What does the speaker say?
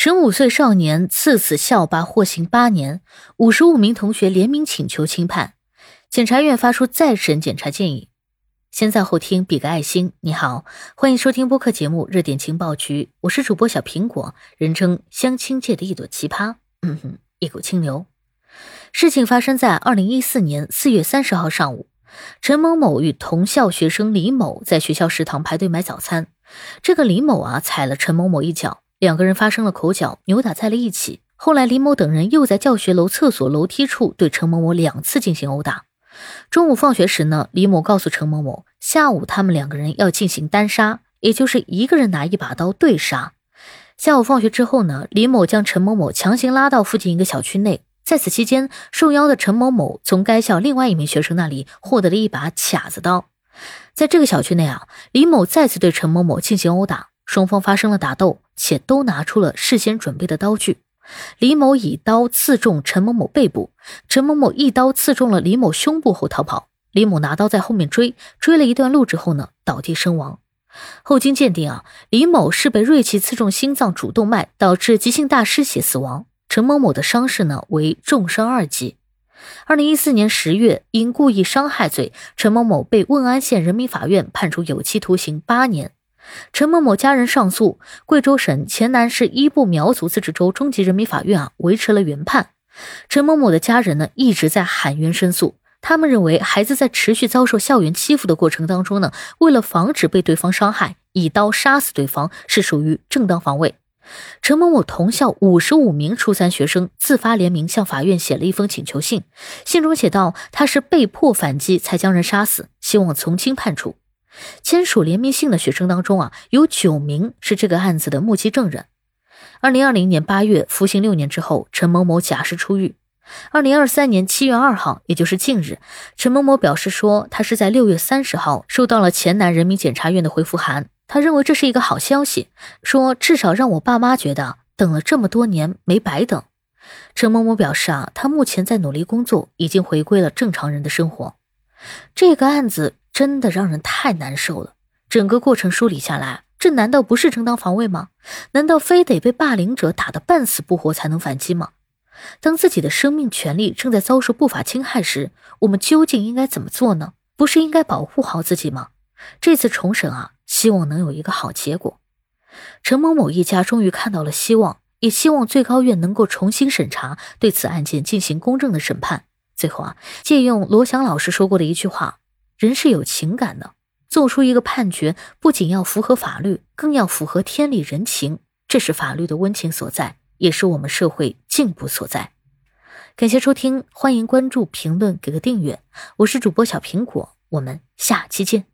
15岁少年刺死校霸获刑8年，55名同学联名请求轻判，检察院发出再审检察建议。先在后听，比个爱心。你好，欢迎收听播客节目热点情报局，我是主播小苹果，人称相亲界的一朵奇葩，一股清流。事情发生在2014年4月30号上午，陈某某与同校学生李某在学校食堂排队买早餐。这个李某踩了陈某某一脚，两个人发生了口角，扭打在了一起。后来李某等人又在教学楼厕所楼梯处对陈某某2次进行殴打。中午放学时呢，李某告诉陈某某，下午他们两个人要进行单杀，也就是一个人拿一把刀对杀。下午放学之后呢，李某将陈某某强行拉到附近一个小区内，在此期间，受邀的陈某某从该校另外一名学生那里获得了一把卡子刀。在这个小区内李某再次对陈某某进行殴打，双方发生了打斗，且都拿出了事先准备的刀具。李某以刀刺中陈某某背部，陈某某一刀刺中了李某胸部后逃跑，李某拿刀在后面追了一段路之后呢，倒地身亡。后经鉴定李某是被锐器刺中心脏主动脉，导致急性大失血死亡。陈某某的伤势呢为重伤2级。2014年10月，因故意伤害罪，陈某某被汶安县人民法院判处有期徒刑8年。陈某某家人上诉，贵州省黔南市伊布苗族自治州中级人民法院维持了原判。陈某某的家人呢一直在喊冤申诉，他们认为孩子在持续遭受校园欺负的过程当中呢，为了防止被对方伤害，以刀杀死对方是属于正当防卫。陈某某同校55名初3学生自发联名向法院写了一封请求信，信中写道他是被迫反击才将人杀死，希望从轻判处。签署联名信的学生当中有9名是这个案子的目击证人。2020年8月服刑6年之后，陈某某假释出狱。2023年7月2号，也就是近日，陈某某表示说他是在6月30号收到了黔南人民检察院的回复函，他认为这是一个好消息，说至少让我爸妈觉得等了这么多年没白等。陈某某表示他目前在努力工作，已经回归了正常人的生活。这个案子真的让人太难受了，整个过程梳理下来，这难道不是正当防卫吗？难道非得被霸凌者打得半死不活才能反击吗？当自己的生命权利正在遭受不法侵害时，我们究竟应该怎么做呢？不是应该保护好自己吗？这次重审希望能有一个好结果。陈某某一家终于看到了希望，也希望最高院能够重新审查，对此案件进行公正的审判。最后借用罗翔老师说过的一句话，人是有情感的，做出一个判决不仅要符合法律，更要符合天理人情，这是法律的温情所在，也是我们社会进步所在。感谢收听，欢迎关注评论给个订阅，我是主播小苹果，我们下期见。